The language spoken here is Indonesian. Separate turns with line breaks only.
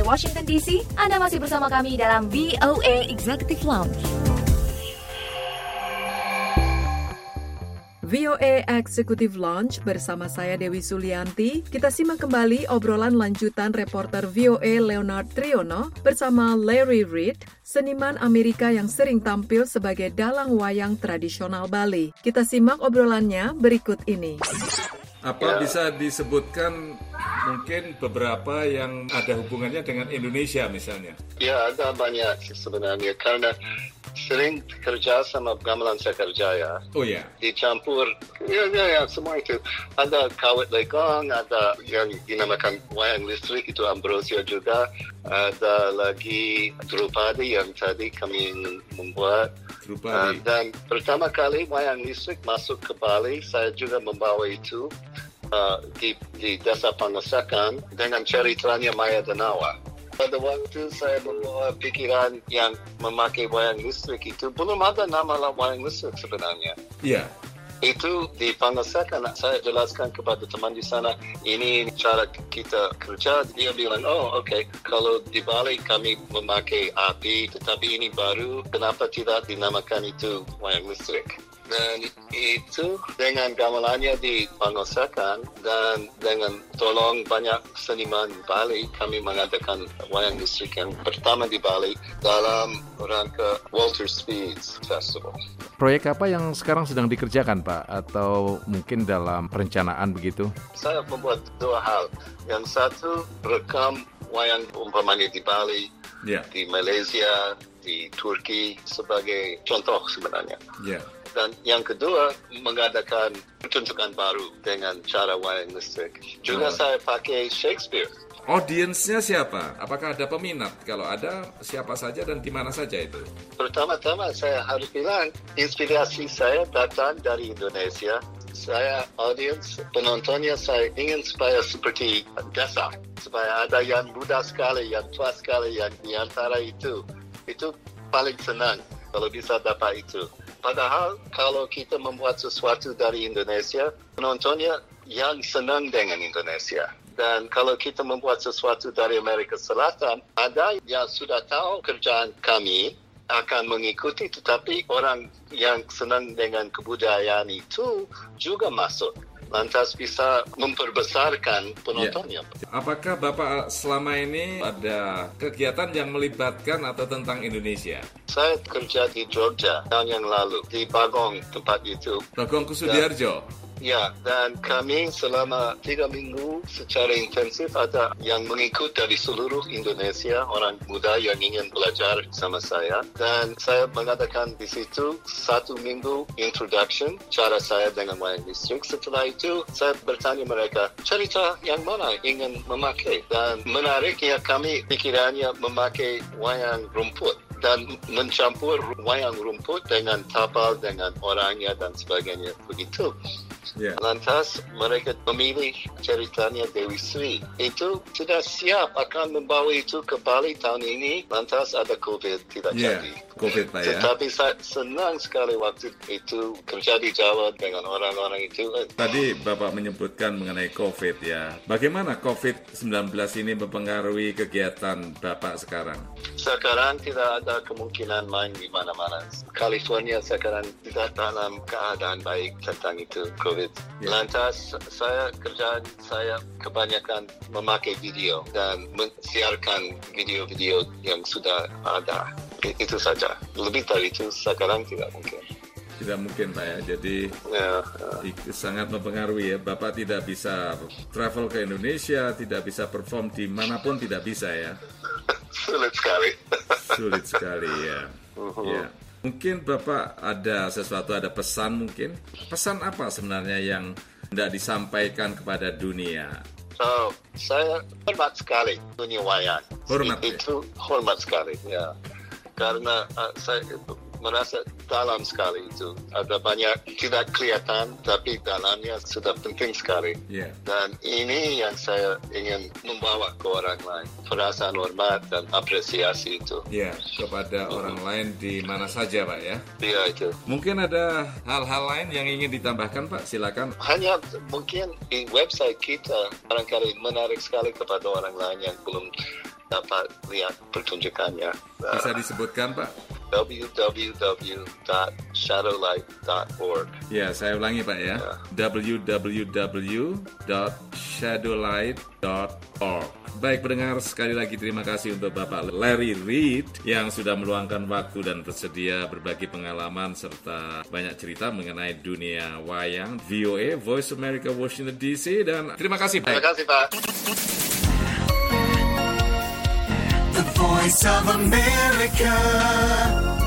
Washington DC. Anda masih bersama kami dalam VOA Executive Lounge.
VOA Executive Lounge bersama saya Dewi Sulianti. Kita simak kembali obrolan lanjutan reporter VOA Leonard Triono bersama Larry Reed, seniman Amerika yang sering tampil sebagai dalang wayang tradisional Bali. Kita simak obrolannya berikut ini.
Apa bisa disebutkan mungkin beberapa yang ada hubungannya dengan Indonesia misalnya?
Ya, ada banyak sebenarnya karena sering kerja sama gamelan Sekerjaya.
Oh ya.
Dicampur, ya, semua itu. Ada kawat legong, ada yang dinamakan wayang listrik, itu Ambrosio juga. Ada lagi Drupadi yang tadi kami membuat. Dan pertama kali wayang listrik masuk ke Bali, saya juga membawa itu di Desa Pangasakan dengan ceritanya Maya Danawa. Pada waktu saya membawa pikiran yang memakai wayang listrik itu, belum ada nama wayang listrik sebenarnya.
Iya.
Itu di Pangasakan, saya jelaskan kepada teman di sana, ini cara kita kerja. Dia bilang, okay, kalau di Bali kami memakai api, tetapi ini baru, kenapa tidak dinamakan itu wayang listrik? Dan itu dengan gamelannya di Pangasakan dan dengan tolong banyak seniman Bali, kami mengadakan wayang listrik yang pertama di Bali dalam rangka Walter Speeds Festival.
Proyek apa yang sekarang sedang dikerjakan, Pak? Atau mungkin dalam perencanaan begitu?
Saya membuat dua hal. Yang satu, rekam wayang umpamanya di Bali, di Malaysia, di Turki sebagai contoh sebenarnya. Dan yang kedua, mengadakan pertunjukan baru dengan cara wayang listrik. Juga saya pakai Shakespeare.
Audiensnya siapa? Apakah ada peminat? Kalau ada, siapa saja dan di mana saja itu?
Pertama-tama saya harus bilang, inspirasi saya datang dari Indonesia. Saya audiens, penontonnya saya ingin supaya seperti desa. Supaya ada yang muda sekali, yang tua sekali, yang di antara itu. Itu paling senang kalau bisa dapat itu. Padahal kalau kita membuat sesuatu dari Indonesia, penontonnya yang senang dengan Indonesia. Dan kalau kita membuat sesuatu dari Amerika Selatan, ada yang sudah tahu kerjaan kami akan mengikuti, tetapi orang yang senang dengan kebudayaan itu juga masuk. Lantas bisa memperbesarkan penontonnya.
Apakah Bapak selama ini ada kegiatan yang melibatkan atau tentang Indonesia?
Saya kerja di Jogja tahun yang lalu, di Bagong tempat itu.
Bagong Kusudiarjo?
Ya, dan kami selama 3 minggu secara intensif ada yang mengikut dari seluruh Indonesia, orang muda yang ingin belajar sama saya. Dan saya mengadakan di situ 1 minggu introduction, cara saya dengan wayang listrik. Setelah itu, saya bertanya mereka, cerita yang mana ingin memakai? Dan menariknya kami pikirannya memakai wayang rumput. Dan mencampur wayang rumput dengan tapal, dengan orangnya dan sebagainya. Begitu. Lantas mereka memilih ceritanya Dewi Sri. Itu sudah siap akan membawa itu ke Bali tahun ini. Lantas ada COVID, tidak jadi.
COVID, Pak, ya.
Tetapi saya senang sekali waktu itu kerja di Jawa dengan orang-orang itu.
Tadi Bapak menyebutkan mengenai COVID, ya. Bagaimana COVID-19 ini mempengaruhi kegiatan Bapak sekarang?
Sekarang tidak ada kemungkinan main di mana-mana. California sekarang tidak dalam keadaan baik tentang itu COVID. Lantas saya kebanyakan memakai video dan mensiarkan video-video yang sudah ada. Itu saja. Lebih dari itu sekarang tidak mungkin.
Tidak mungkin, Pak, ya. Jadi sangat mempengaruhi, ya. Bapak tidak bisa travel ke Indonesia, tidak bisa perform di manapun, tidak bisa, ya.
Sulit sekali.
Sulit sekali, ya. Ya. Mungkin Bapak ada sesuatu, ada pesan mungkin? Pesan apa sebenarnya yang tidak disampaikan kepada dunia?
Saya hormat sekali dunia wayang.
Hormat,
itu hormat sekali, ya. Karena saya merasa dalam sekali itu. Ada banyak tidak kelihatan, tapi dalamnya sudah penting sekali. Dan ini yang saya ingin membawa ke orang lain. Perasaan hormat dan apresiasi itu.
Kepada orang lain di mana saja, Pak, ya?
Iya, itu.
Mungkin ada hal-hal lain yang ingin ditambahkan, Pak? Silakan.
Hanya mungkin di website kita barangkali menarik sekali kepada orang lain yang belum dapat lihat pertunjukannya.
Bisa disebutkan, Pak?
www.shadowlight.org.
Ya, saya ulangi, Pak ya. www.shadowlight.org. Baik pendengar, sekali lagi terima kasih untuk Bapak Larry Reid yang sudah meluangkan waktu dan bersedia berbagi pengalaman serta banyak cerita mengenai dunia wayang. VOA, Voice America, Washington DC, dan terima kasih, Pak.
Terima kasih, Pak.
The Voice of America.